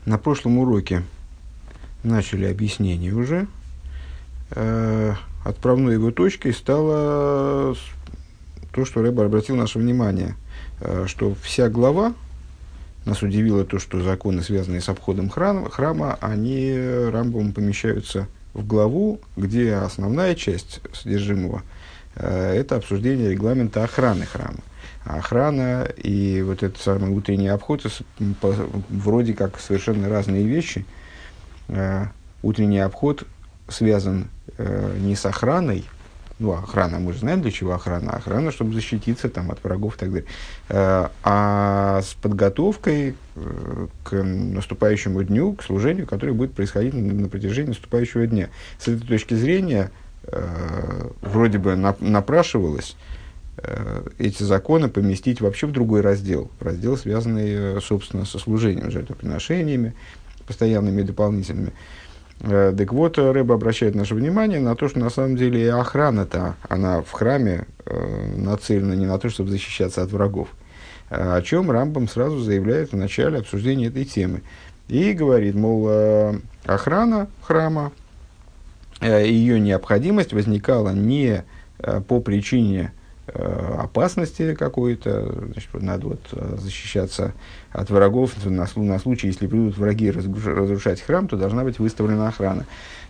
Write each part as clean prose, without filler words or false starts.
На прошлом уроке начали объяснение уже. Отправной его точкой стало то, что Рэбе обратил наше внимание, что вся глава, нас удивило то, что законы, связанные с обходом храма, они Рамбамом помещаются в главу, где основная часть содержимого это обсуждение регламента охраны храма. А охрана и вот этот самый утренний обход вроде как совершенно разные вещи. Утренний обход связан не с охраной, ну, охрана, мы же знаем, для чего охрана. Охрана, чтобы защититься там, от врагов и так далее. А с подготовкой к наступающему дню, к служению, которое будет происходить на протяжении наступающего дня. С этой точки зрения, вроде бы напрашивалось эти законы поместить вообще в другой раздел. Раздел, связанный, собственно, со служением, жертвоприношениями, постоянными и дополнительными. Так вот, Рэбе обращает наше внимание на то, что на самом деле охрана-то, она в храме нацелена не на то, чтобы защищаться от врагов, о чем Рамбам сразу заявляет в начале обсуждения этой темы. И говорит, мол, охрана храма, ее необходимость возникала не по причине опасности какой-то, значит, надо вот защищаться от врагов на случай, если придут враги разрушать храм, то должна быть выставлена охрана.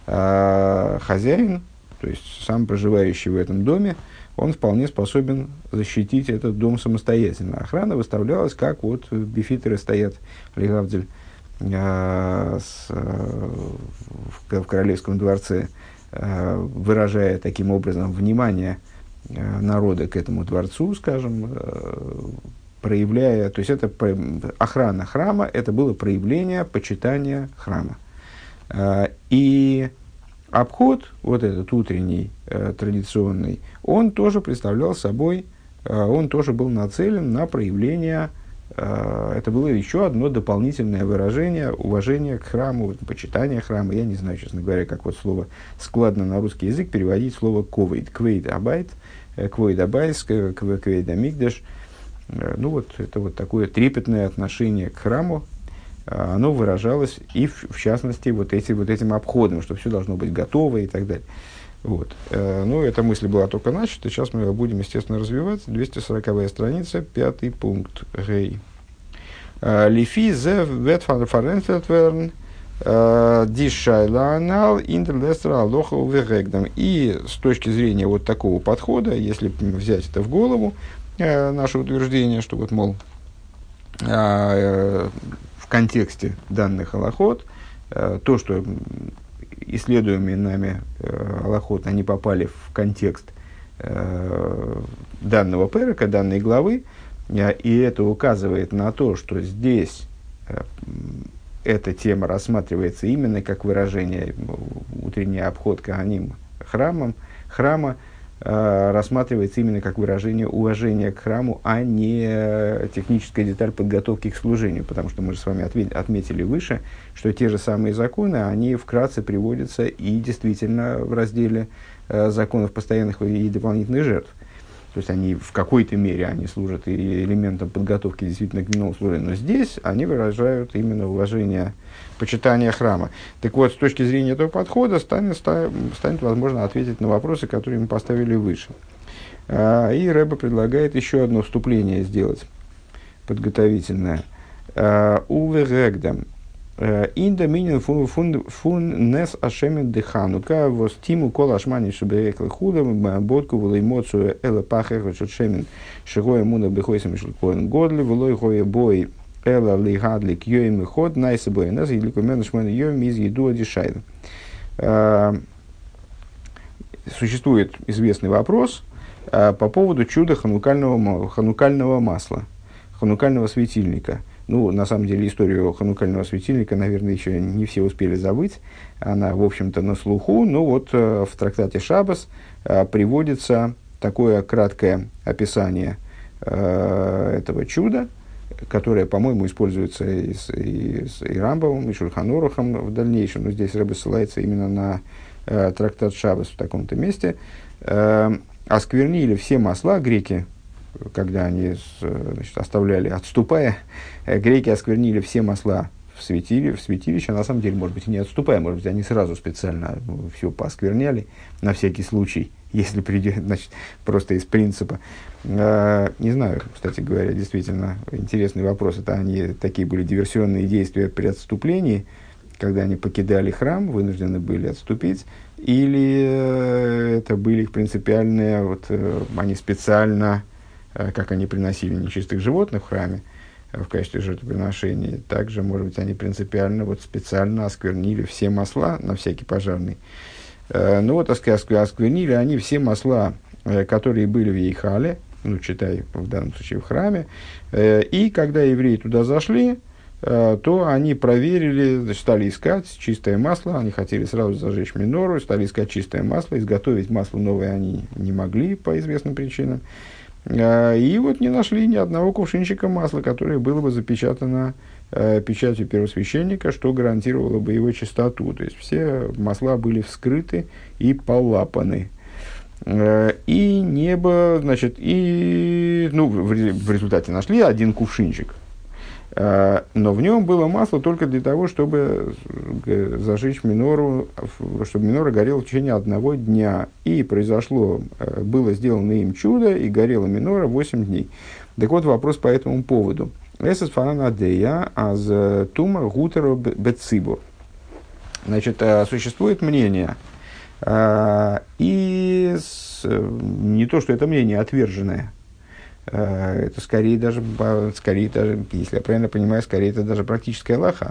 Хозяин, то есть сам проживающий в этом доме, он вполне способен защитить этот дом самостоятельно. Охрана выставлялась, как вот бифитеры стоят, легавдель, в королевском дворце, выражая таким образом внимание народа к этому дворцу, скажем, проявляя, то есть это охрана храма, это было проявление почитания храма. И обход, вот этот утренний, традиционный, он тоже представлял собой, он тоже был нацелен на проявление, это было еще одно дополнительное выражение уважения к храму, почитания храма. Я не знаю, честно говоря, как вот слово складно на русский язык переводить слово ковейд, квейд абайт, квейд абайс, квейд амигдаш. Ну вот, это вот такое трепетное отношение к храму, оно выражалось и в частности вот этим обходом, что все должно быть готово и так далее. Вот. Ну, эта мысль была только начата, сейчас мы ее будем, естественно, развивать. 240-я страница, 5-й пункт. Лифи зе вет фаренфельдверн дишайланал интерлестера алоха увегегдам. И с точки зрения вот такого подхода, если взять это в голову, наше утверждение, что вот, мол, в контексте данных алахот, то, что исследуемые нами алахот, они попали в контекст данного перека, данной главы, и это указывает на то, что здесь эта тема рассматривается именно как выражение утренний обход каганим храма, рассматривается именно как выражение уважения к храму, а не техническая деталь подготовки к служению. Потому что мы же с вами отметили выше, что те же самые законы, они вкратце приводятся и действительно в разделе законов постоянных и дополнительных жертв. То есть они в какой-то мере они служат элементом подготовки действительно к дневному служению. Но здесь они выражают именно уважение, почитание храма. Так вот, с точки зрения этого подхода станет возможно ответить на вопросы, которые мы поставили выше. И Рэбе предлагает еще одно вступление сделать, подготовительное. Увегегдам. Инда минин фун нес ашемин деханука востиму кол ашмани шеберекл худам бодку волой эмоцию эла пахер шемин шигоя муна бехойсам шлькоин годли волой гоя бой эла лигадли кьёим ход найса бой нес или кумен шмен йом из еду одишайда. Существует известный вопрос по поводу чуда ханукального масла, ханукального светильника. Ну, на самом деле, историю ханукального светильника, наверное, еще не все успели забыть. Она, в общем-то, на слуху. Но вот в трактате Шаббас приводится такое краткое описание этого чуда, которое, по-моему, используется и Рамбамом, и Шульхан Орухом в дальнейшем. Но здесь Рэбе ссылается именно на трактат Шаббас в таком-то месте. Осквернили все масла греки, когда они, значит, оставляли, отступая, греки осквернили все масла в святилище, на самом деле, может быть, и не отступая, может быть, они сразу специально все пооскверняли на всякий случай, если придет, значит, просто из принципа. Не знаю, кстати говоря, действительно интересный вопрос. Это они такие были диверсионные действия при отступлении, когда они покидали храм, вынуждены были отступить, или это были их принципиальные, вот, они специально, как они приносили нечистых животных в храме в качестве жертвоприношения, также, может быть, они принципиально, вот, специально осквернили все масла на всякий пожарный. Ну вот, осквернили они все масла, которые были в Ейхале, ну, читай, в данном случае в храме, и когда евреи туда зашли, то они проверили, значит, стали искать чистое масло, они хотели сразу зажечь минору, стали искать чистое масло, изготовить масло новое они не могли по известным причинам, и вот не нашли ни одного кувшинчика масла, которое было бы запечатано печатью первосвященника, что гарантировало бы его чистоту. То есть все масла были вскрыты и полапаны. И небо, значит, и, ну, в результате нашли один кувшинчик. Но в нем было масло только для того, чтобы зажечь минору, чтобы минора горела в течение одного дня. И произошло, было сделано им чудо, и горела минора 8 дней. Так вот, вопрос по этому поводу. Эсэс фананадея аз тума гутеро бецибур. Значит, существует мнение, и не то, что это мнение отверженное, это скорее даже, если я правильно понимаю, скорее это даже практическая лаха.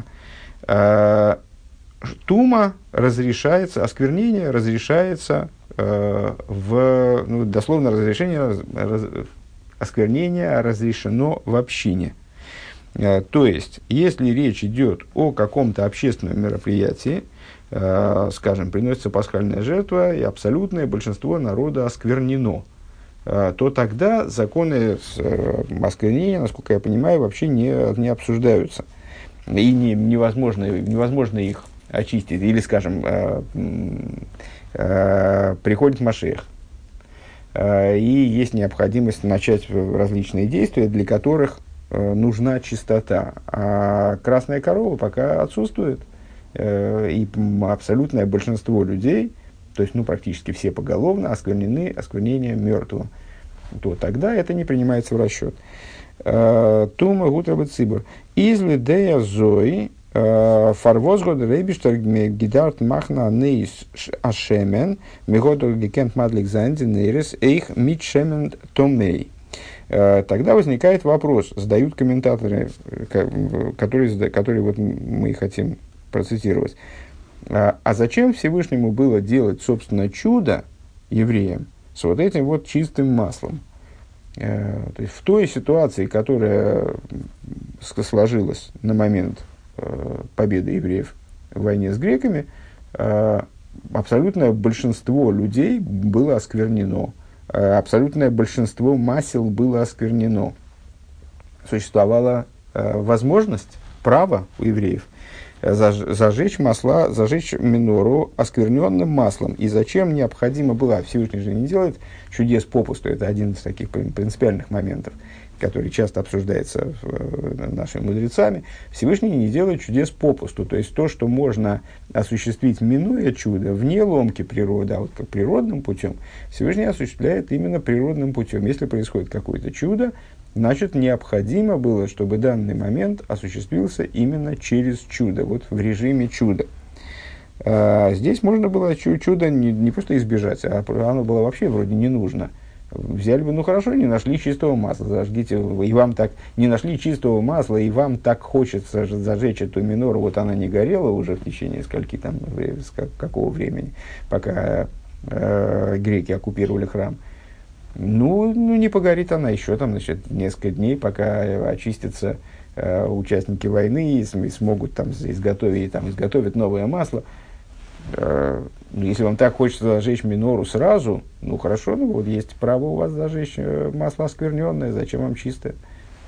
Тума разрешается, осквернение разрешается дословно осквернение разрешено в общине. То есть, если речь идет о каком-то общественном мероприятии, скажем, приносится пасхальная жертва, и абсолютное большинство народа осквернено, то тогда законы осквернения, насколько я понимаю, вообще не обсуждаются. И невозможно их очистить. Или, скажем, приходит Машиах, и есть необходимость начать различные действия, для которых нужна чистота. А красная корова пока отсутствует. И абсолютное большинство людей, то есть, ну, практически все поголовно осквернены осквернением мертвым, то тогда это не принимается в расчет. Тума гутрабе цибур. Изли дея зои фарвозгод рейбиштер гидарт махна нейс ашемен мегодор гекент мадлик зайнди нейрес эйх мит шемен томей. Тогда возникает вопрос, задают комментаторы, которые вот мы хотим процитировать. А зачем Всевышнему было делать, собственно, чудо евреям с вот этим вот чистым маслом? То есть в той ситуации, которая сложилась на момент победы евреев в войне с греками, абсолютное большинство людей было осквернено. Абсолютное большинство масел было осквернено. Существовала возможность, право у евреев зажечь минору оскверненным маслом. И зачем необходимо было, Всевышний же не делает чудес попусту, это один из таких принципиальных моментов, который часто обсуждается нашими мудрецами. Всевышний не делает чудес попусту, то есть то, что можно осуществить, минуя чудо, вне ломки природы, а вот как природным путем, Всевышний осуществляет именно природным путем. Если происходит какое-то чудо, значит, необходимо было, чтобы данный момент осуществился именно через чудо, вот в режиме чуда. Здесь можно было чудо не просто избежать, а оно было вообще вроде не нужно. Взяли бы, ну хорошо, не нашли чистого масла, зажгите, и вам так, не нашли чистого масла, и вам так хочется зажечь эту минору, вот она не горела уже в течение скольки там, какого времени, пока греки оккупировали храм. Ну, не погорит она еще там, значит, несколько дней, пока очистятся участники войны и смогут там изготовить новое масло. Если вам так хочется зажечь минору сразу, ну хорошо, ну вот есть право у вас зажечь масло оскверненное, зачем вам чистое?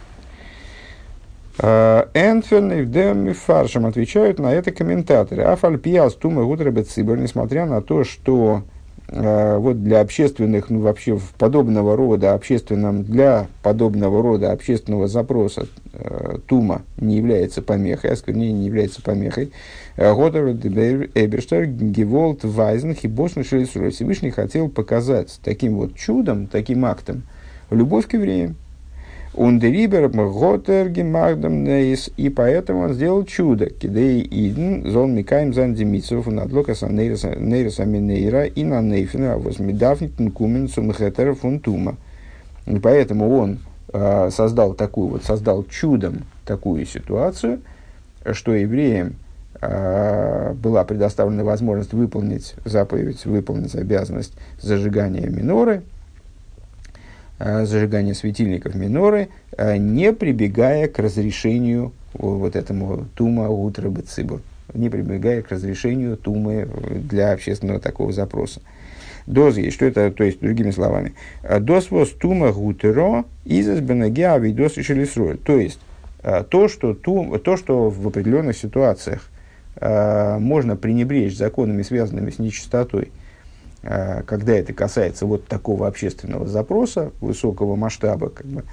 Энферн и Вдем Фаршем отвечают на это комментаторы. Афальпиас тума гутрабе цибор, несмотря на то, что вот для общественных, ну, вообще в подобного рода общественном, для подобного рода общественного запроса тума не является помехой, осквернение не является помехой. Годер Эберштер Геволт Вайзен Хибошн Шелесура. Всевышний хотел показать таким вот чудом, таким актом любовь к евреям. Ундерибер Готер Гемагдам Нейс. И поэтому он сделал чудо. Кидей Иден Зон Микаем Зандемитсов Надлокаса Нейрса Минейра и на Нейфина Возмедафнитн Куменсум Хетер Фунтума. И поэтому он создал чудом такую ситуацию, что евреям была предоставлена возможность выполнить заповедь, выполнить обязанность зажигания миноры, зажигания светильников миноры, не прибегая к разрешению вот этому тума утра бецибур, не прибегая к разрешению тумы для общественного такого запроса. Доз есть, что это, то есть, другими словами, доз воз тума гутеро изас бенагиа видос шелесроль. То есть, то, что в определенных ситуациях можно пренебречь законами, связанными с нечистотой, когда это касается вот такого общественного запроса, высокого масштаба, как бы,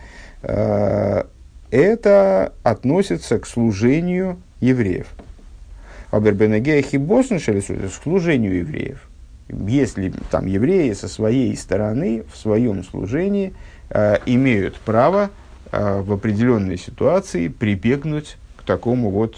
это относится к служению евреев. Абербенагея хибосн шелесроль, к служению евреев. Если там евреи со своей стороны в своем служении имеют право в определенной ситуации прибегнуть к такому вот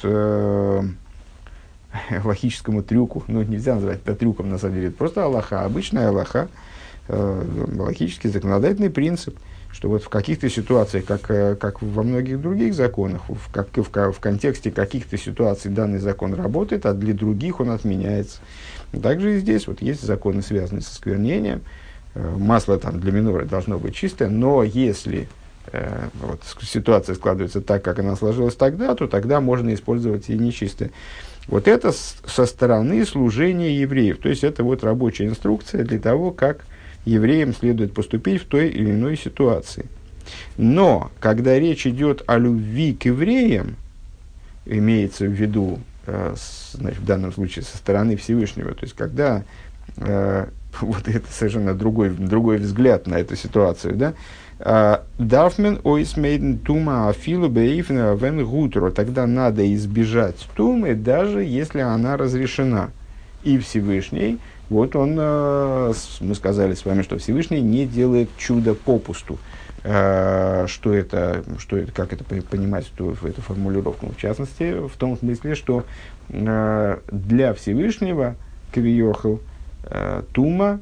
логическому трюку. Ну, нельзя назвать это трюком, на самом деле, это просто алаха, обычная алаха, логический законодательный принцип, что вот в каких-то ситуациях, как во многих других законах, в контексте каких-то ситуаций данный закон работает, а для других он отменяется. Также и здесь вот есть законы, связанные со сквернением. Масло там для миноры должно быть чистое, но если вот ситуация складывается так, как она сложилась тогда, то тогда можно использовать и нечистое. Вот это со стороны служения евреев. То есть это вот рабочая инструкция для того, как евреям следует поступить в той или иной ситуации. Но когда речь идет о любви к евреям, имеется в виду, значит, в данном случае со стороны Всевышнего, то есть когда вот это совершенно другой взгляд на эту ситуацию, да, Дарфмен ойсмейден тума афилу бейфна вен гутеро. Тогда надо избежать тумы, даже если она разрешена. И Всевышний, вот он, мы сказали с вами, что Всевышний не делает чудо попусту. Что это, как это понимать, эту формулировку? В частности, в том смысле, что для Всевышнего квиохал тума,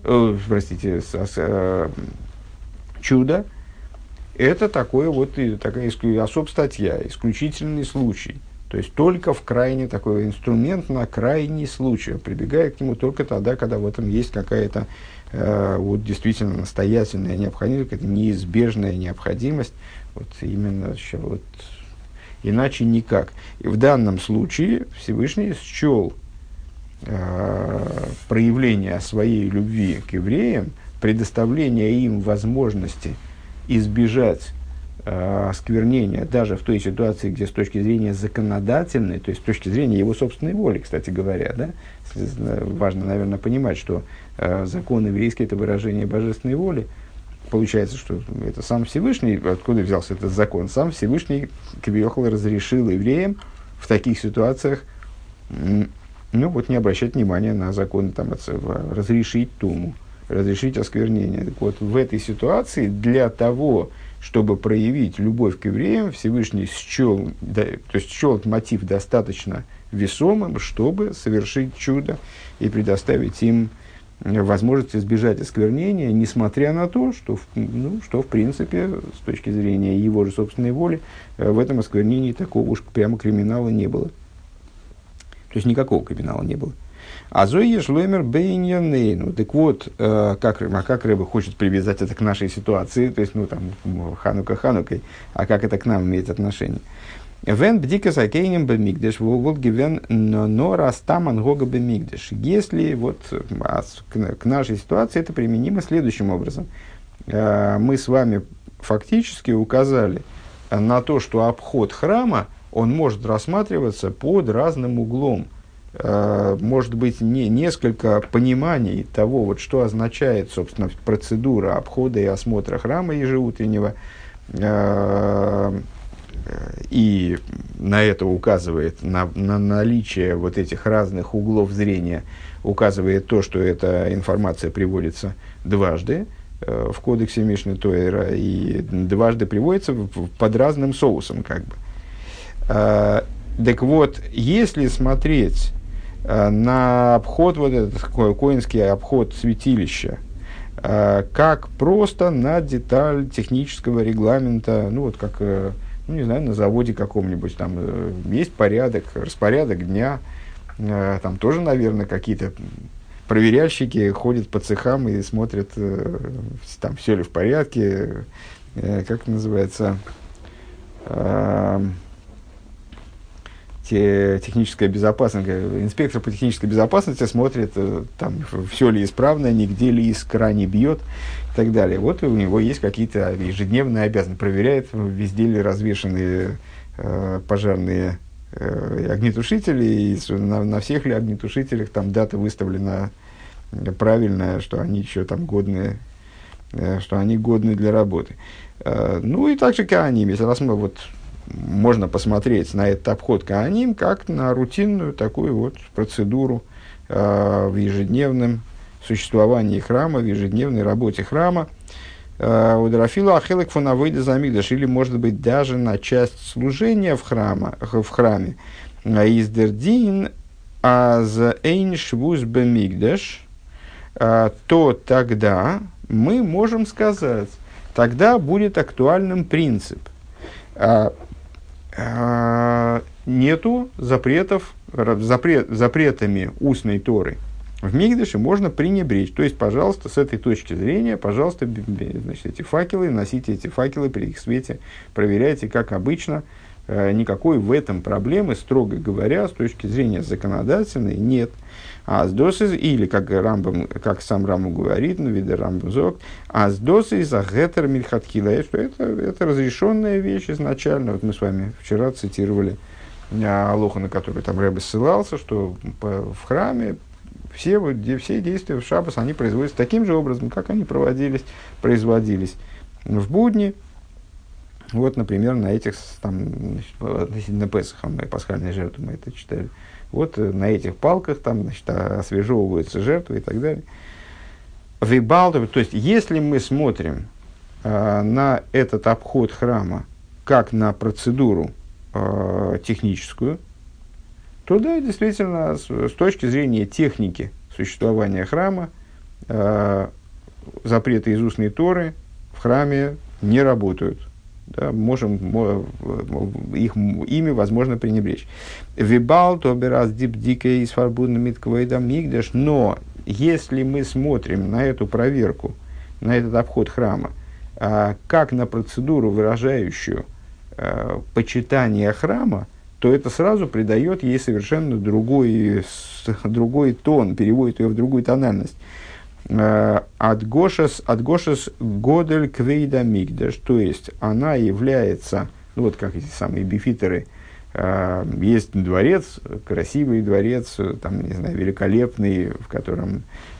чудо, это такая особ-статья, исключительный случай. То есть только в крайне такой инструмент на крайний случай. Прибегая к нему только тогда, когда в этом есть какая-то вот действительно настоятельная необходимость, какая-то неизбежная необходимость. Вот именно вот, иначе никак. И в данном случае Всевышний счел проявление своей любви к евреям, предоставление им возможности избежать осквернения даже в той ситуации, где с точки зрения законодательной, то есть с точки зрения его собственной воли, кстати говоря, да, важно, наверное, понимать, что закон еврейский – это выражение божественной воли. Получается, что это сам Всевышний, откуда взялся этот закон, сам Всевышний квиохал разрешил евреям в таких ситуациях, ну вот, не обращать внимания на закон, там, разрешить туму, разрешить осквернение. Так вот, в этой ситуации для того, чтобы проявить любовь к евреям, Всевышний счел этот мотив достаточно весомым, чтобы совершить чудо и предоставить им возможность избежать осквернения, несмотря на то, что в принципе, с точки зрения его же собственной воли, в этом осквернении такого уж прямо криминала не было. То есть никакого криминала не было. А Зои Шлоймер Бейньянейну. Так вот, как Рэбе хочет привязать это к нашей ситуации, то есть, Ханука Ханукой, а как это к нам имеет отношение? Вен бдикас акейнем бемигдеш, вот гивен нора стаман гога бемигдеш. Если вот к нашей ситуации это применимо следующим образом. Мы с вами фактически указали на то, что обход храма, он может рассматриваться под разным углом. может быть, несколько пониманий того, вот, что означает, собственно, процедура обхода и осмотра храма ежеутреннего, и на это указывает, на наличие вот этих разных углов зрения, указывает то, что эта информация приводится дважды в кодексе Мишне Тойра и дважды приводится под разным соусом, как бы. Так вот, если смотреть на обход, вот этот коинский обход святилища, как просто на деталь технического регламента, ну вот как, ну, не знаю, на заводе каком-нибудь, там есть порядок, распорядок дня, там тоже, наверное, какие-то проверяльщики ходят по цехам и смотрят, там все ли в порядке, как это называется, техническая безопасность, инспектор по технической безопасности смотрит, там, все ли исправно, нигде ли искра не бьет и так далее. Вот у него есть какие-то ежедневные обязанности, проверяет, везде ли развешаны пожарные огнетушители, и на всех ли огнетушителях там дата выставлена правильная, что они еще там годные, что они годны для работы. Ну и также Коаним, если вот можно посмотреть на этот обход Коаним как на рутинную такую вот процедуру в ежедневном существовании храма, в ежедневной работе храма. У Драфила Ахелек фонавейда замигдаш, или, может быть, даже на часть служения в храме. Издердин аз эйн швуз бемигдаш, то тогда мы можем сказать, тогда будет актуальным принцип. Нету запретов, запретами устной Торы. В Мигдаше можно пренебречь. То есть, пожалуйста, с этой точки зрения, пожалуйста, значит, эти факелы, носите эти факелы при их свете, проверяйте, как обычно. Никакой в этом проблемы, строго говоря, с точки зрения законодательной, нет. А сдосыз, или как сам Рамбам говорит, ну, вида Рамбам зог, а сдосыз за гетер мильхаткила, что это разрешенная вещь изначально. Вот мы с вами вчера цитировали алоху, на который там Ребе ссылался, что в храме все действия в шаббос, они производятся таким же образом, как они производились в будни. Вот, например, на этих, там, относительно Песаха, пасхальной жертвы мы это читали. Вот на этих палках там, значит, освежевываются жертвы и так далее. То есть, если мы смотрим на этот обход храма как на процедуру техническую, то да, действительно, с точки зрения техники существования храма, запреты из устной Торы в храме не работают. Да, ими возможно пренебречь. Вибал, то бераз дипдике из фарбудна митквейда мигдаш. Но если мы смотрим на эту проверку, на этот обход храма, как на процедуру, выражающую почитание храма, то это сразу придает ей совершенно другой тон, переводит ее в другую тональность. Адгошес годель квейда мигдаш, то есть она является, ну вот как эти самые бифитеры, есть дворец, красивый дворец, там, не знаю, великолепный, в котором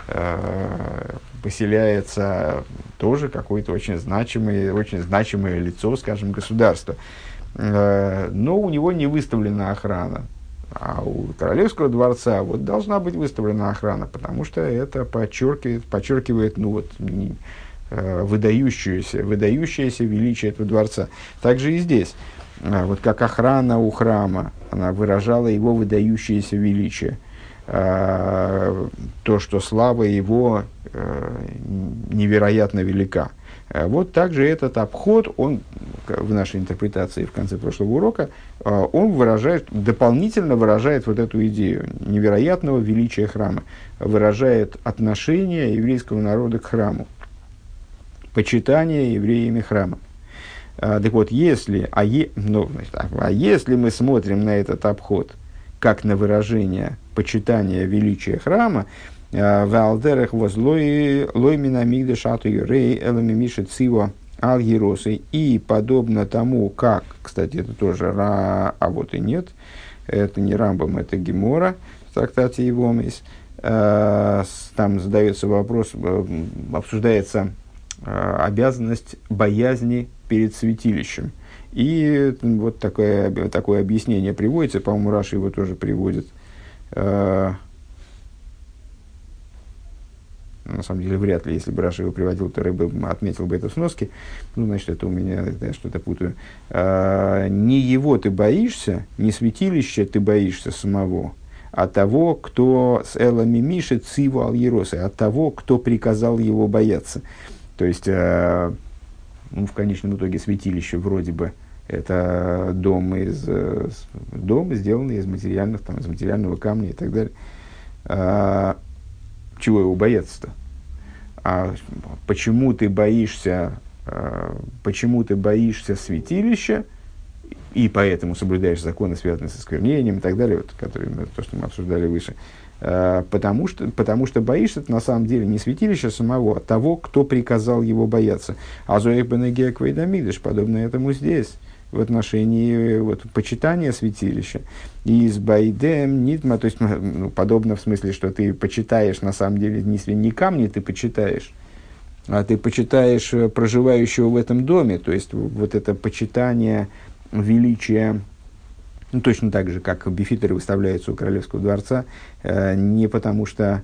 поселяется тоже какое-то очень значимое лицо, скажем, государства. Но у него не выставлена охрана. А у королевского дворца вот должна быть выставлена охрана, потому что это подчеркивает ну, вот, выдающееся величие этого дворца. Также и здесь. Вот как охрана у храма, она выражала его выдающееся величие. То, что слава его невероятно велика. Вот также этот обход, он в нашей интерпретации в конце прошлого урока, он дополнительно выражает вот эту идею невероятного величия храма, выражает отношение еврейского народа к храму, почитание евреями храма. Так вот, если мы смотрим на этот обход как на выражение почитания величия храма, Валдерах возлой минамигда шату юрей эламимиша циво алгиросы, и подобно тому, как, кстати, это тоже а вот и нет, это не Рамбам, это Гемора в трактате Евомис. Там задается вопрос, обсуждается обязанность боязни перед святилищем. И вот такое объяснение приводится, по-моему, Раши его тоже приводит. На самом деле, вряд ли, если бы Раши его приводил, то Рэбе отметил бы это в сноске. Ну, значит, это у меня, я что-то путаю. Не его ты боишься, не святилища ты боишься самого, а того, кто с Элами Миши Циву Аль-Еросы, от того, кто приказал его бояться. То есть, в конечном итоге, святилище вроде бы это дом, сделанный из материального камня и так далее. Чего его бояться-то? Почему ты боишься святилища, и поэтому соблюдаешь законы, связанные со сквернением и так далее, вот, то, что мы обсуждали выше. Потому что боишься на самом деле не святилища самого, а того, кто приказал его бояться. А зоэх бенегея квейдамидыш, подобно этому здесь, в отношении почитания святилища. Из байдем нитма, то есть, подобно в смысле, что ты почитаешь, на самом деле, не камни ты почитаешь, а ты почитаешь проживающего в этом доме. То есть, вот это почитание величия, точно так же, как бифитеры выставляются у Королевского дворца, не потому что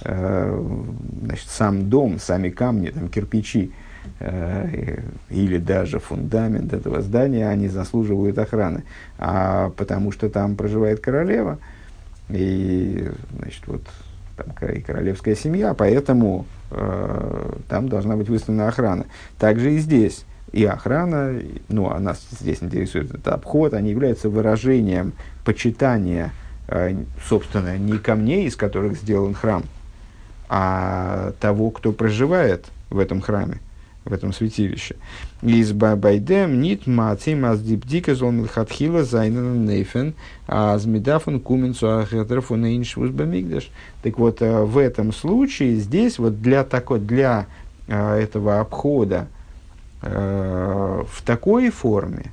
сам дом, сами камни, там, кирпичи, или даже фундамент этого здания, они заслуживают охраны, а потому что там проживает королева, и, там и королевская семья, поэтому там должна быть выставлена охрана. Также и здесь. И охрана, а нас здесь интересует это обход, они являются выражением почитания, собственно, не камней, из которых сделан храм, а того, кто проживает в этом храме, в этом святилище. Из байдем нит мацим аз дипдика зол милхатхила зайнен нейфен аз медафон куменцу ахетерфон эйншвус бамигдаш. Так вот, в этом случае здесь вот для этого обхода в такой форме,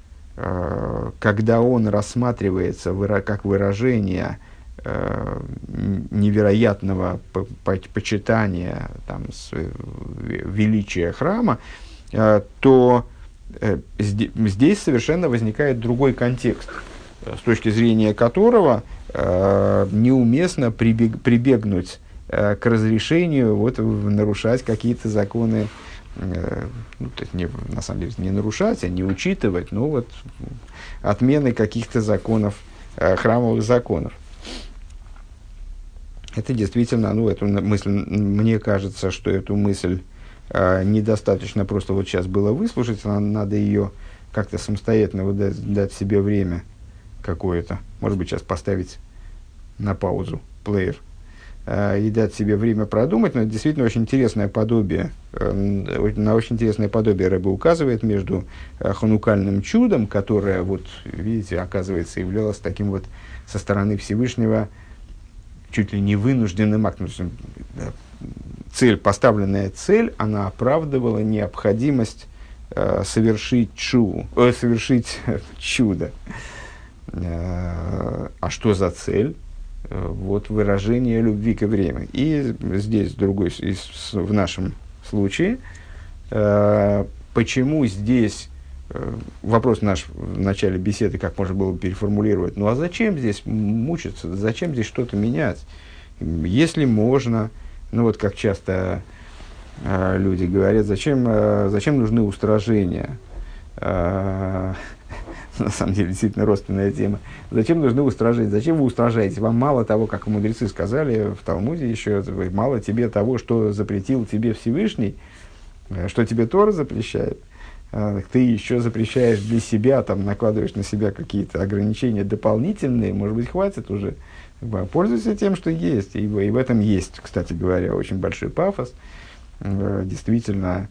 когда он рассматривается как выражение невероятного почитания величия храма, то здесь совершенно возникает другой контекст, с точки зрения которого неуместно прибегнуть к разрешению нарушать какие-то законы, то есть на самом деле не нарушать, а не учитывать, отмены каких-то законов, храмовых законов. Это действительно, эту мысль, мне кажется, что эту мысль недостаточно просто сейчас было выслушать, надо ее как-то самостоятельно дать себе время какое-то, может быть, сейчас поставить на паузу плеер и дать себе время продумать, но это действительно очень интересное подобие, на очень интересное подобие Рэбе указывает между ханукальным чудом, которое, видите, оказывается, являлось таким со стороны Всевышнего чуть ли не вынужденным актом. Поставленная цель, она оправдывала необходимость совершить чудо. А что за цель? Выражение любви ко времени. И здесь в нашем случае, почему здесь, вопрос наш в начале беседы, как можно было бы переформулировать, а зачем здесь мучиться, зачем здесь что-то менять? Если можно, как часто люди говорят, зачем нужны устражения? На самом деле, действительно родственная тема. Зачем нужны устражения? Зачем вы устражаете? Вам мало того, как мудрецы сказали в Талмуде еще, мало тебе того, что запретил тебе Всевышний, что тебе Тора запрещает. Ты еще запрещаешь для себя, накладываешь на себя какие-то ограничения дополнительные, может быть, хватит уже. Пользуйся тем, что есть. И в этом есть, кстати говоря, очень большой пафос. Действительно,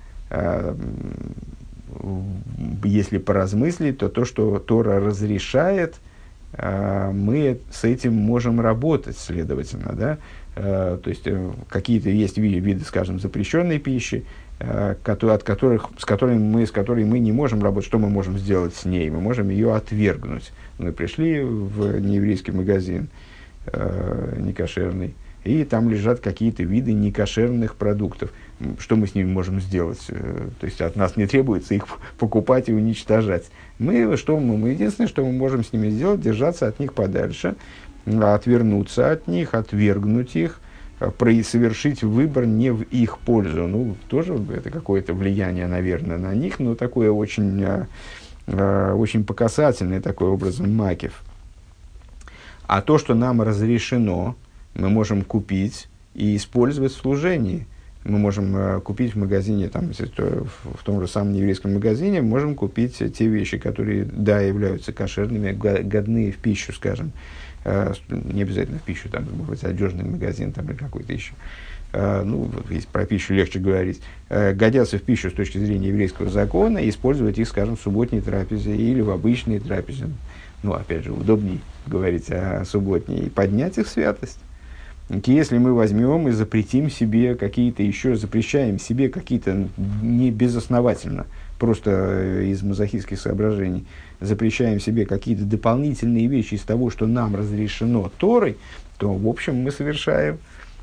если поразмыслить, то, что Тора разрешает, мы с этим можем работать, следовательно. Да? То есть, какие-то есть виды, скажем, запрещенной пищи, с которой мы не можем работать. Что мы можем сделать с ней? Мы можем ее отвергнуть. Мы пришли в нееврейский магазин некошерный, и там лежат какие-то виды некошерных продуктов. Что мы с ними можем сделать? То есть от нас не требуется их покупать и уничтожать. Мы единственное, что мы можем с ними сделать, держаться от них подальше, отвернуться от них, отвергнуть их, совершить выбор не в их пользу. Ну, тоже это какое-то влияние, наверное, на них, но такое очень, очень показательное, такой образом макев. А то, что нам разрешено, мы можем купить и использовать в служении. Мы можем купить в магазине, там, в том же самом еврейском магазине, можем купить те вещи, которые, да, являются кошерными, годные в пищу, скажем. Не обязательно в пищу, там, может быть, одежный магазин там, или какой-то еще. Ну, вот, если про пищу легче говорить. Годятся в пищу с точки зрения еврейского закона, и использовать их, скажем, в субботней трапезе или в обычной трапезе. Ну, опять же, удобней говорить о субботней, и поднять их святость. Если мы возьмем и запретим себе какие-то еще, запрещаем себе какие-то не безосновательно, просто из мазохистских соображений, запрещаем себе какие-то дополнительные вещи из того, что нам разрешено Торой, то, в общем, мы совершаем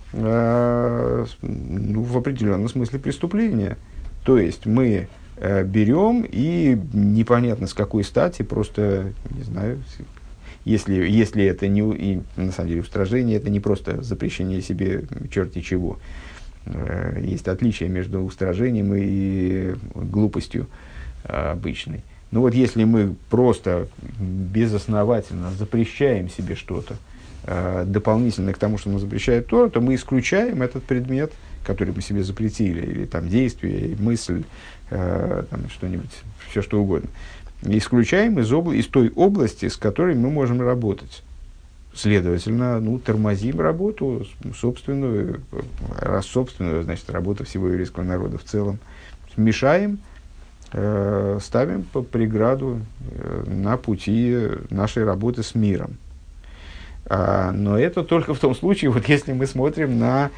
в определенном смысле преступление. То есть, мы берем и непонятно с какой стати, просто, не знаю, если это не, и на самом деле устражение, это не просто запрещение себе черти чего. Есть отличие между устражением и глупостью обычной. Но вот если мы просто безосновательно запрещаем себе что-то, дополнительно к тому, что нам запрещает Тора, то мы исключаем этот предмет, который мы себе запретили, или там действие, мысль, там, что-нибудь, все что угодно. Исключаем из той области, с которой мы можем работать. Следовательно, тормозим работу собственную, значит, работу всего еврейского народа в целом. Мешаем, ставим преграду на пути нашей работы с миром. Но это только в том случае, вот если мы смотрим на...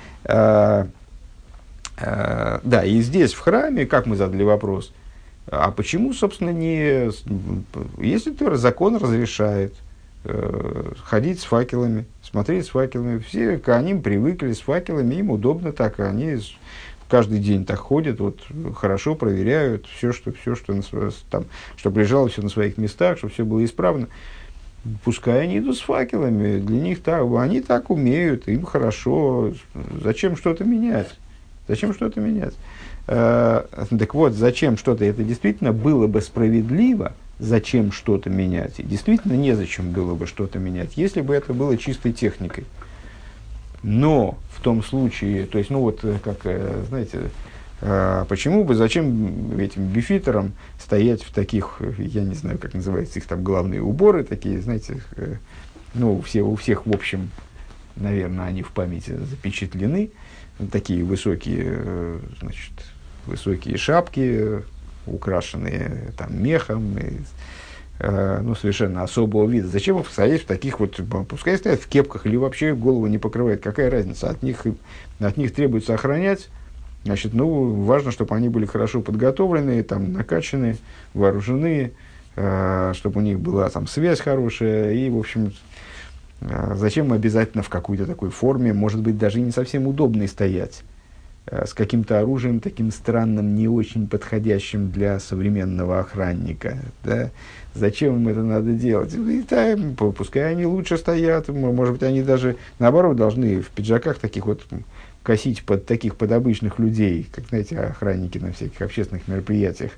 Да, и здесь, в храме, как мы задали вопрос, а почему, собственно, не... Если закон разрешает ходить с факелами, смотреть с факелами, все к ним привыкли с факелами, им удобно так, они каждый день так ходят, вот, хорошо проверяют все, что там, чтобы лежало все на своих местах, чтобы все было исправно. Пускай они идут с факелами, для них так, они так умеют, им хорошо, зачем что-то менять? Зачем что-то менять? Так вот, зачем что-то, это действительно было бы справедливо, зачем что-то менять? И действительно незачем было бы что-то менять, если бы это было чистой техникой. Но в том случае, то есть, как, знаете, почему бы, зачем этим бифитерам стоять в таких, я не знаю, как называются их там главные уборы, такие, знаете, у всех, в общем, наверное, они в памяти запечатлены, такие высокие, значит, высокие шапки, украшенные там мехом, совершенно особого вида. Зачем их стоять в таких вот, пускай стоят в кепках или вообще голову не покрывает, какая разница, от них требуется охранять. Значит, важно, чтобы они были хорошо подготовлены, там, накачаны, вооружены, чтобы у них была там связь хорошая. И, в общем, зачем обязательно в какой-то такой форме, может быть, даже и не совсем удобной стоять, с каким-то оружием таким странным, не очень подходящим для современного охранника. Да? Зачем им это надо делать? И, да, пускай они лучше стоят, может быть, они даже, наоборот, должны в пиджаках таких вот косить под обычных людей, как, знаете, охранники на всяких общественных мероприятиях.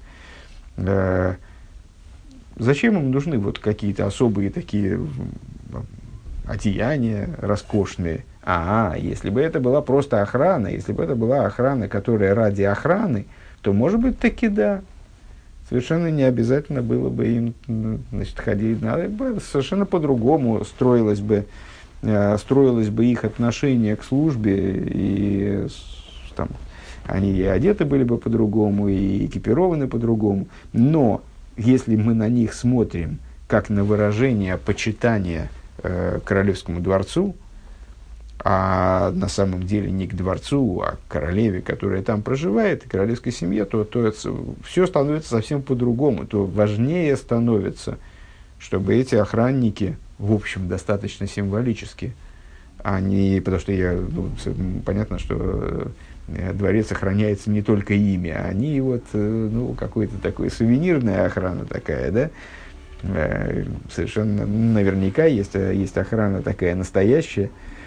Зачем им нужны вот какие-то особые такие одеяния роскошные? Если бы это была просто охрана, если бы это была охрана, которая ради охраны, то, может быть, таки да. Совершенно не обязательно было бы им, значит, ходить. Надо бы совершенно по-другому строилось бы их отношение к службе, и там, они и одеты были бы по-другому, и экипированы по-другому. Но если мы на них смотрим как на выражение почитания Королевскому дворцу, а на самом деле не к дворцу, а к королеве, которая там проживает, и королевской семье, то все становится совсем по-другому, то важнее становится, чтобы эти охранники, в общем, достаточно символические, потому что понятно, что дворец охраняется не только ими, они какой-то такой сувенирная охрана такая, да, совершенно наверняка есть охрана такая настоящая,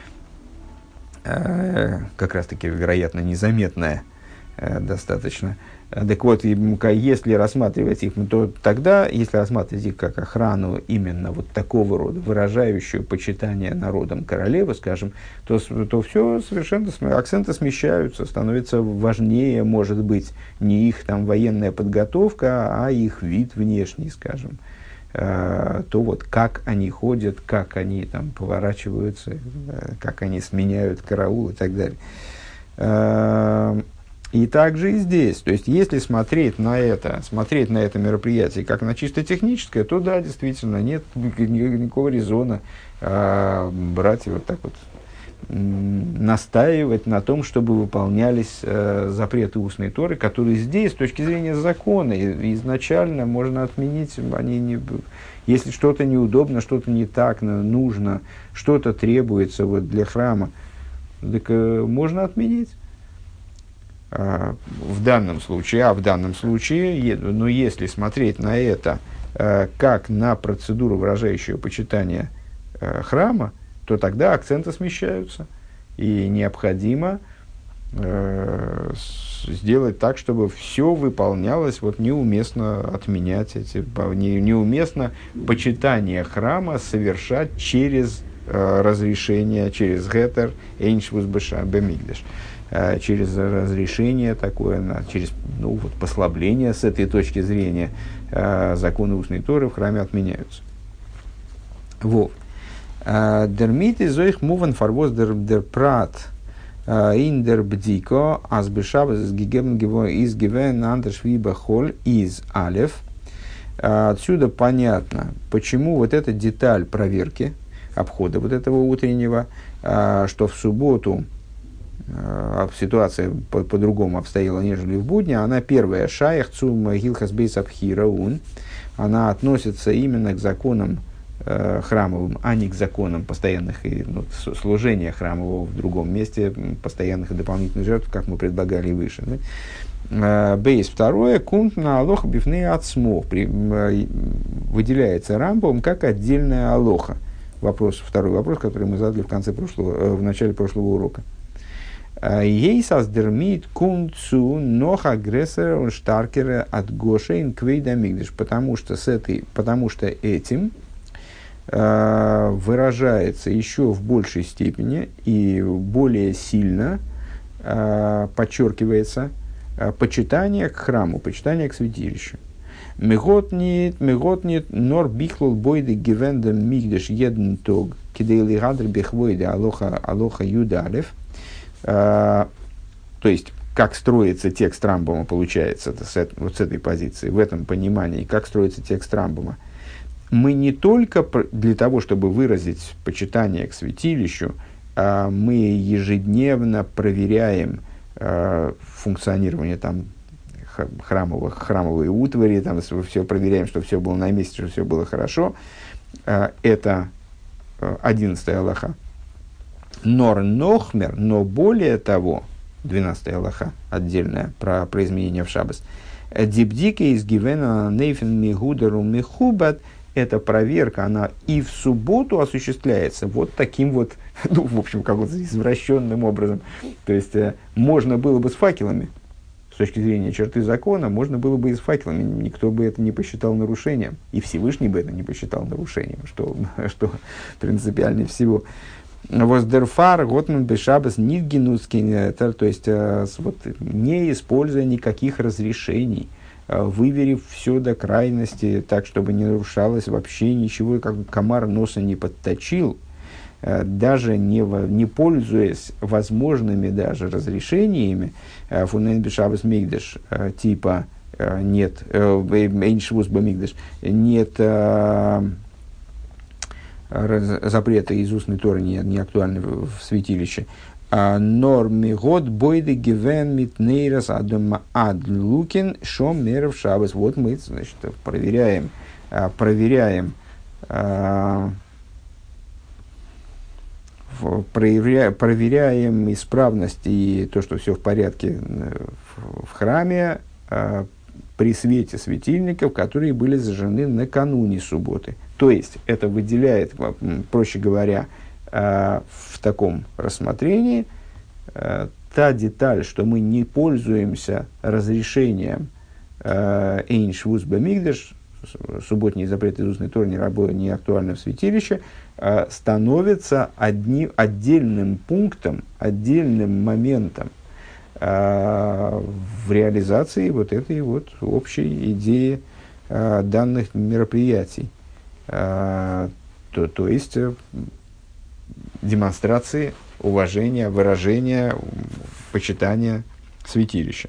как раз таки, вероятно, незаметная достаточно. Так вот, если рассматривать их, то тогда, если рассматривать их как охрану именно вот такого рода, выражающую почитание народом королевы, скажем, то все совершенно, акценты смещаются, становится важнее, может быть, не их там военная подготовка, а их вид внешний, скажем. То вот как они ходят, как они там поворачиваются, как они сменяют караул и так далее. И также и здесь. То есть, если смотреть на это мероприятие как на чисто техническое, то да, действительно, нет никакого резона брать и вот так вот настаивать на том, чтобы выполнялись запреты устной Торы, которые здесь, с точки зрения закона, изначально можно отменить. Если что-то неудобно, что-то не так нужно, что-то требуется вот для храма, так можно отменить. В данном случае, но если смотреть на это как на процедуру, выражающую почитание храма, то тогда акценты смещаются. И необходимо сделать так, чтобы все выполнялось, вот неуместно отменять неуместно почитание храма совершать через разрешение, через гетер эйншвус бемигдаш, через разрешение такое, через послабление с этой точки зрения законы устной Торы в храме отменяются. Вов. Дермите зоих муван фарвоз дер прат ин дер бдико аз бешабас из гивен андершвиба холь из алев. Отсюда понятно, почему вот эта деталь проверки, обхода вот этого утреннего, что в субботу ситуация по-другому обстояла, нежели в будни. Она первая, шаях цум гилхас бейс абхираун, она относится именно к законам храмовым, а не к законам постоянных служения храмового в другом месте, постоянных и дополнительных жертв, как мы предлагали выше. Бейс второе, кунт на алоха бифны ацмо, выделяется Рамбом как отдельная алоха. Второй вопрос, который мы задали в начале прошлого урока. Ейсас дермит кунцу нох агрессора он штаркера от гошейн квейда мигдеш, потому что этим выражается еще в большей степени и более сильно подчеркивается почитание к храму, почитание к святилищу. Меготнит, нор бихлол бойды гивенда мигдеш еден тог, кидейли гадр бихвойды алоха юдалев. То есть, как строится текст Рамбама, получается, с этой позиции, в этом понимании, как строится текст Рамбама. Мы не только для того, чтобы выразить почитание к святилищу, мы ежедневно проверяем функционирование там храмовой утвари, там все проверяем, чтобы все было на месте, чтобы все было хорошо. Это 11-я алаха. Нор нохмер, но более того, 12-я алаха, отдельная, про изменения в шаббас. Дибдика из гивена нейфен мигудару михубат. Эта проверка, она и в субботу осуществляется вот таким вот, в общем, каким-то извращенным образом. То есть, можно было бы с факелами, с точки зрения черты закона, можно было бы и с факелами. Никто бы это не посчитал нарушением. И Всевышний бы это не посчитал нарушением, что принципиальнее всего. Воздерфар, готман бешабас, нидгенуцкий, то есть, не используя никаких разрешений, выверив все до крайности, так, чтобы не нарушалось вообще ничего, как комар носа не подточил, даже не пользуясь возможными даже разрешениями, фунен бешабас мигдаш, типа нет, эйншвус бамигдаш, нет запреты из устной Торы не актуальны в святилище. Норми год бойды гивен мит нейрас адума адлукин шом меров шабас. Вот мы, значит, проверяем исправность и то, что все в порядке в храме при свете светильников, которые были зажжены накануне субботы. То есть, это выделяет, проще говоря, в таком рассмотрении та деталь, что мы не пользуемся разрешением «Эйншвус бамигдаш», субботние запреты из устной Торы не актуальны в святилище, становится отдельным пунктом, отдельным моментом в реализации вот этой вот общей идеи данных мероприятий. То есть демонстрации уважения, выражения, почитания святилища.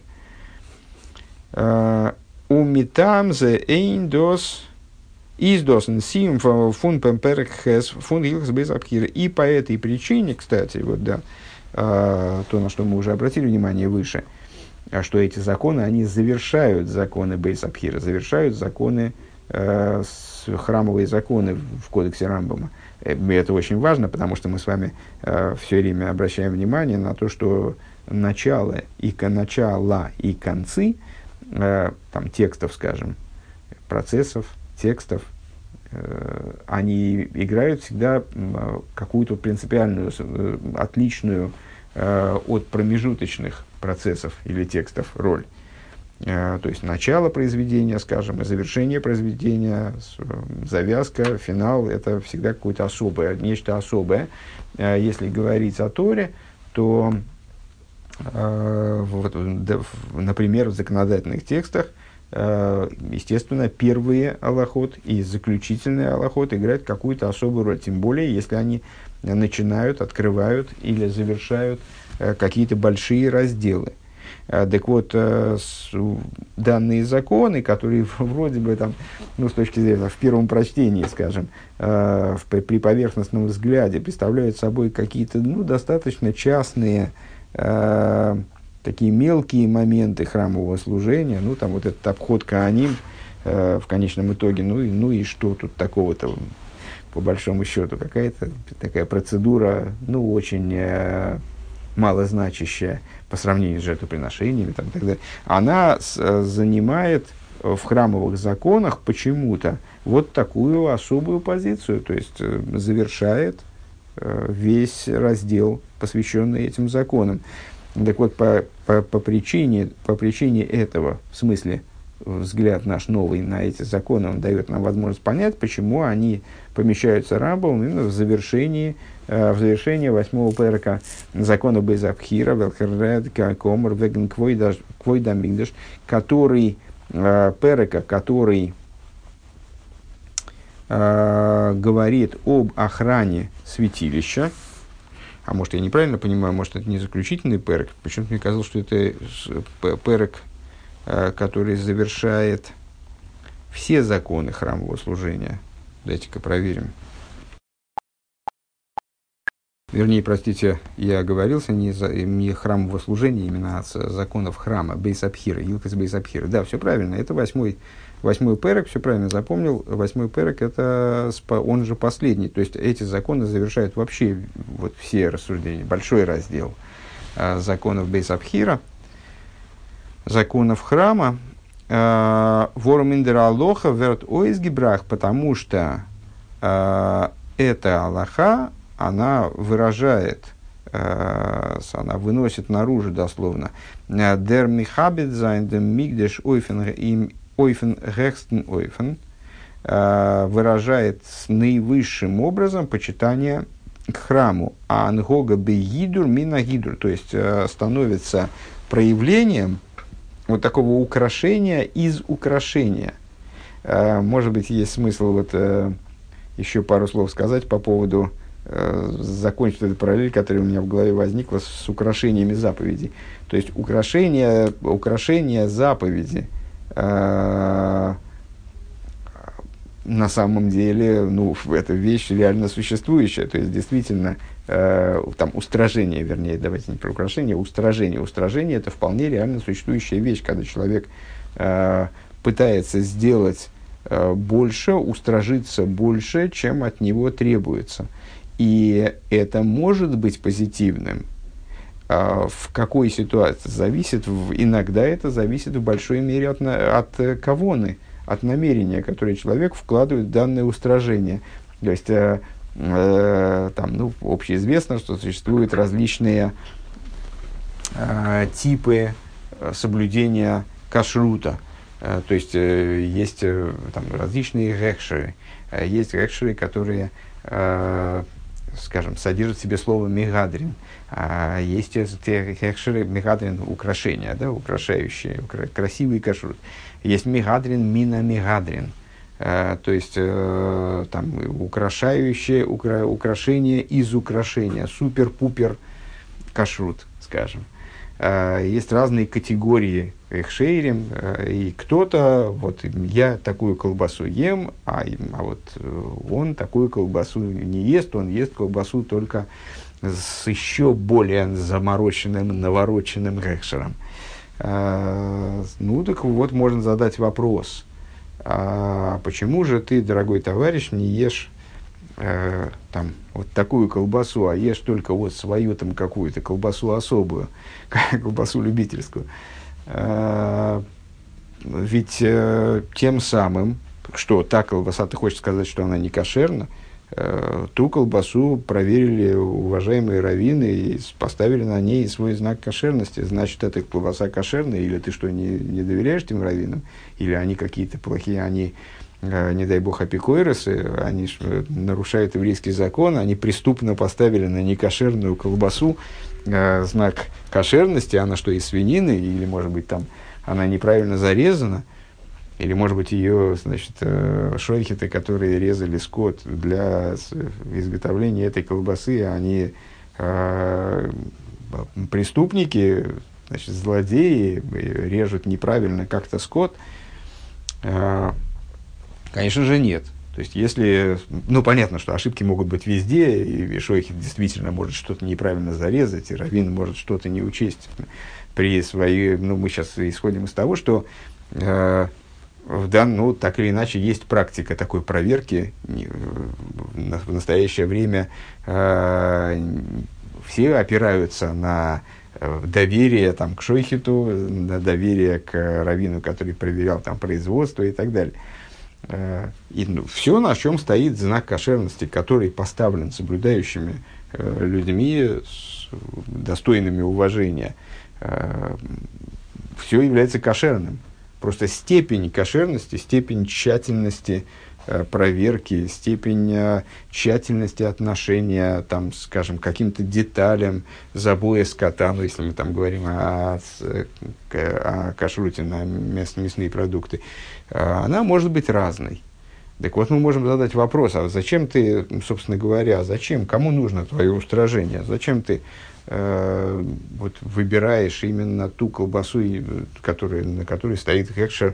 Умитам зе эйндос издосен сим фун пемперек хэс фун илхс без абхира. И по этой причине, кстати, вот да, то, на что мы уже обратили внимание выше, что эти законы, они завершают законы бейс абхира, завершают законы, храмовые законы в кодексе Рамбама. Это очень важно, потому что мы с вами все время обращаем внимание на то, что начало и концы там, текстов, скажем, процессов, текстов, они играют всегда какую-то принципиальную, отличную от промежуточных процессов или текстов роль. То есть начало произведения, скажем, и завершение произведения, завязка, финал – это всегда какое-то особое, нечто особое. Если говорить о Торе, то, например, в законодательных текстах, естественно, первые алахот и заключительные алахот играют какую-то особую роль, тем более, если они начинают, открывают или завершают какие-то большие разделы. Так вот, данные законы, которые вроде бы там, ну, с точки зрения, в первом прочтении, скажем, при поверхностном взгляде представляют собой какие-то, ну, достаточно частные, такие мелкие моменты храмового служения, ну, там вот этот обход Коаним, в конечном итоге, ну и что тут такого-то, по большому счету, какая-то такая процедура, ну, очень малозначащая по сравнению с жертвоприношениями, там, и так далее, она занимает в храмовых законах почему-то вот такую особую позицию, то есть завершает весь раздел, посвященный этим законам. Так вот, по причине этого, в смысле, взгляд наш новый на эти законы, он дает нам возможность понять, почему они помещаются Рамбамом именно в завершении 8-го перека закона Бейс Абхира, Велхеред, Комар, Веген Квойда Мигдаш, который говорит об охране святилища. А может, я неправильно понимаю, может, это не заключительный перек. Почему-то мне казалось, что это перек, который завершает все законы храмового служения. Дайте-ка проверим. Вернее, простите, я оговорился, не храмового служения, именно от законов храма, Бейс Абхира, Илкас Бейс Абхира. Да, все правильно, это восьмой перек, все правильно запомнил. 8-й перек, это он же последний. То есть, эти законы завершают вообще вот все рассуждения, большой раздел законов Бейс Абхира, законов храма. Ворум индера алоха верт ойсгибрах, потому что эта алоха, она выражает, она выносит наружу дословно «Der michabit sein dem migdash ойфен гехстен ойфен», выражает с наивысшим образом почитание к храму, а ангога бейидур мина гидур, то есть становится проявлением вот такого украшения из украшения. Может быть, есть смысл вот еще пару слов сказать по поводу, закончить эту параллель, которая у меня в голове возникла с украшениями заповедей. То есть украшение заповеди на самом деле, ну, эта вещь реально существующая. То есть, действительно, там, устражение, вернее, давайте не про украшение, устражение. Устражение – это вполне реально существующая вещь, когда человек пытается сделать больше, устражиться больше, чем от него требуется. И это может быть позитивным. В какой ситуации зависит, иногда это зависит в большой мере от кавоны, от намерения, которое человек вкладывает в данное устражение. То есть, там, ну, общеизвестно, что существуют различные типы соблюдения кашрута. То есть, есть там, различные гекшеры. Есть гекшеры, которые, скажем, содержат в себе слово «мегадрин». Есть гекшеры, мегадрин – украшения, да, украшающие, красивый кашрут. Есть мегадрин, мина мегадрин. То есть, там, украшающее, украшение из украшения, супер-пупер кашрут, скажем. Есть разные категории эхшейрим, и кто-то, вот я такую колбасу ем, а вот он такую колбасу не ест, он ест колбасу только с еще более замороченным, навороченным эхшером. Ну, так вот, можно задать вопрос, а почему же ты, дорогой товарищ, не ешь там, вот такую колбасу, а ешь только вот свою там какую-то колбасу особую, колбасу любительскую. Ведь тем самым, что та колбаса, ты хочешь сказать, что она не кошерна, ту колбасу проверили уважаемые раввины и поставили на ней свой знак кошерности. Значит, эта колбаса кошерная, или ты что, не доверяешь тем раввинам, или они какие-то плохие, они, не дай бог, апикойросы, они нарушают еврейский закон, они преступно поставили на некошерную колбасу знак кошерности, она что, из свинины, или, может быть, там она неправильно зарезана, или, может быть, ее, значит, шойхеты, которые резали скот для изготовления этой колбасы, они преступники, значит, злодеи, режут неправильно как-то скот. Конечно же, нет. То есть, если, ну, понятно, что ошибки могут быть везде, и шойхет действительно может что-то неправильно зарезать, и раввин может что-то не учесть при своей, ну, мы сейчас исходим из того, что ну, так или иначе, есть практика такой проверки. В настоящее время все опираются на доверие там, к шойхету, на доверие к раввину, который проверял там, производство и так далее. И ну, все, на чем стоит знак кошерности, который поставлен соблюдающими людьми, достойными уважения, все является кошерным. Просто степень кошерности, степень тщательности проверки, степень тщательности отношения, там, скажем, к каким-то деталям забоя скота, ну, если мы там говорим о кашруте на мясные продукты, она может быть разной. Так вот, мы можем задать вопрос, а зачем ты, собственно говоря, зачем, кому нужно твое устражение, зачем ты вот, выбираешь именно ту колбасу, на которой стоит хекшер,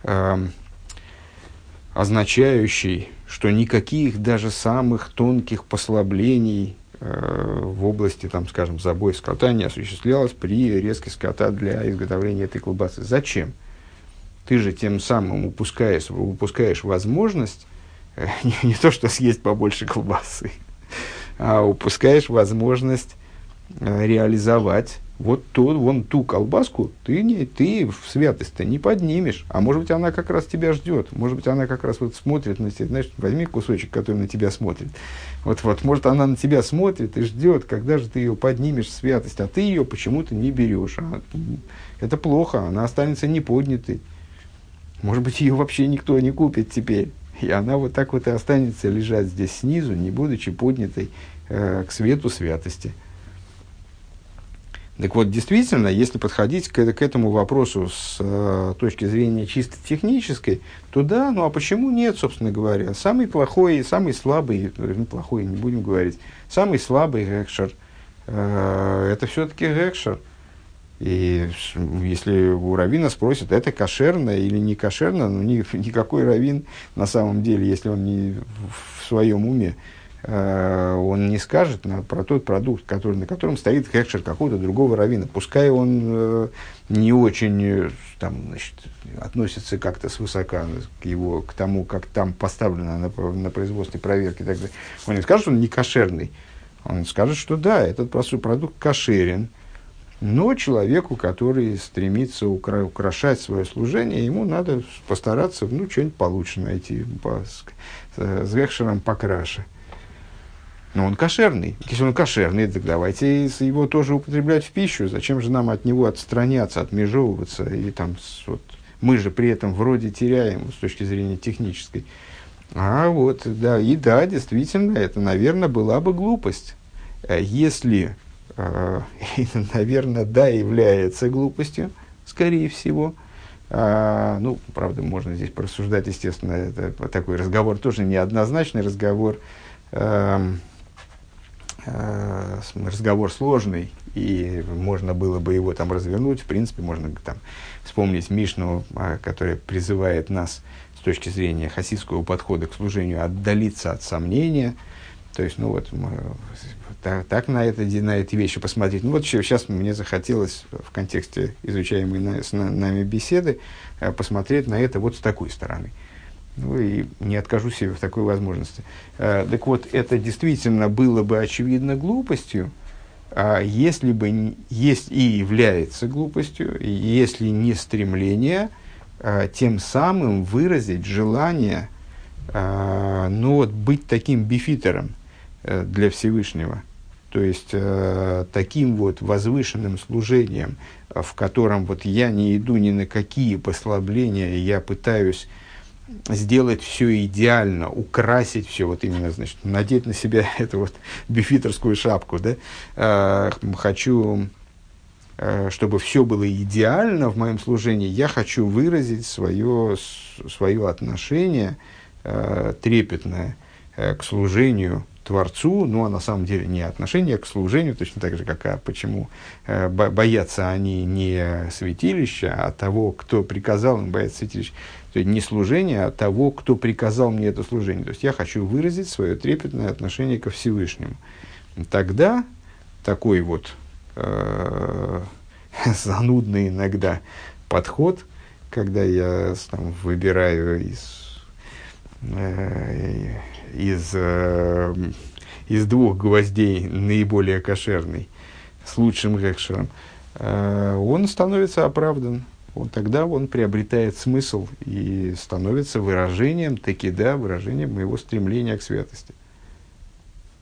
означающий, что никаких даже самых тонких послаблений в области, там, скажем, забоя скота не осуществлялось при резке скота для изготовления этой колбасы. Зачем? Ты же тем самым упускаешь возможность не то что съесть побольше колбасы, а упускаешь возможность реализовать вот ту колбаску, ты в святость-то не поднимешь. А может быть, она как раз тебя ждет. Может быть, она как раз вот смотрит на тебя. Знаешь, возьми кусочек, который на тебя смотрит. Вот, может, она на тебя смотрит и ждет, когда же ты ее поднимешь в святость, а ты ее почему-то не берешь. Это плохо, она останется неподнятой. Может быть, ее вообще никто не купит теперь. И она вот так вот и останется лежать здесь снизу, не будучи поднятой к свету святости. Так вот, действительно, если подходить к этому вопросу с точки зрения чисто технической, то да, ну а почему нет, собственно говоря? Самый плохой, самый слабый, плохой не будем говорить, самый слабый гекшер, это все-таки гекшер. И если у раввина спросят, это кошерно или не кошерно, ну, никакой раввин на самом деле, если он не в своем уме, он не скажет про тот продукт, на котором стоит хекшер какого-то другого раввина. Пускай он не очень относится как-то свысока к тому, как там поставлено на производстве проверки и так далее. Он не скажет, что он не кошерный. Он скажет, что да, этот продукт кошерен. Но человеку, который стремится украшать свое служение, ему надо постараться что-нибудь получше найти с векшером покраше. Но он кошерный. Если он кошерный, так давайте его тоже употреблять в пищу. Зачем же нам от него отстраняться, отмежевываться? И мы же при этом вроде теряем с точки зрения технической. Действительно, это, наверное, была бы глупость. Если, наверное, является глупостью, скорее всего. Правда, можно здесь порассуждать, естественно, это такой разговор тоже неоднозначный разговор. Разговор сложный, и можно было бы его развернуть. В принципе, можно вспомнить Мишну, которая призывает нас с точки зрения хасидского подхода к служению отдалиться от сомнения. То есть, так на эти вещи посмотреть. Сейчас мне захотелось в контексте изучаемой нами беседы посмотреть на это с такой стороны. И не откажу себе в такой возможности. Так вот, это действительно было бы очевидно глупостью, если бы есть и является глупостью, если не стремление тем самым выразить желание быть таким бифитером для Всевышнего. То есть, таким возвышенным служением, в котором я не иду ни на какие послабления, я пытаюсь сделать все идеально, украсить все, надеть на себя эту бифитерскую шапку, хочу, чтобы все было идеально в моем служении, я хочу выразить свое отношение трепетное к служению Творцу, а на самом деле не отношение к служению, точно так же, почему боятся они не святилища, а того, кто приказал им бояться святилища. То есть не служение, а того, кто приказал мне это служение. То есть я хочу выразить свое трепетное отношение ко Всевышнему. Тогда такой занудный иногда подход, когда я выбираю из двух гвоздей наиболее кошерный, с лучшим гекшером, он становится оправдан. Тогда он приобретает смысл и становится выражением, выражением моего стремления к святости.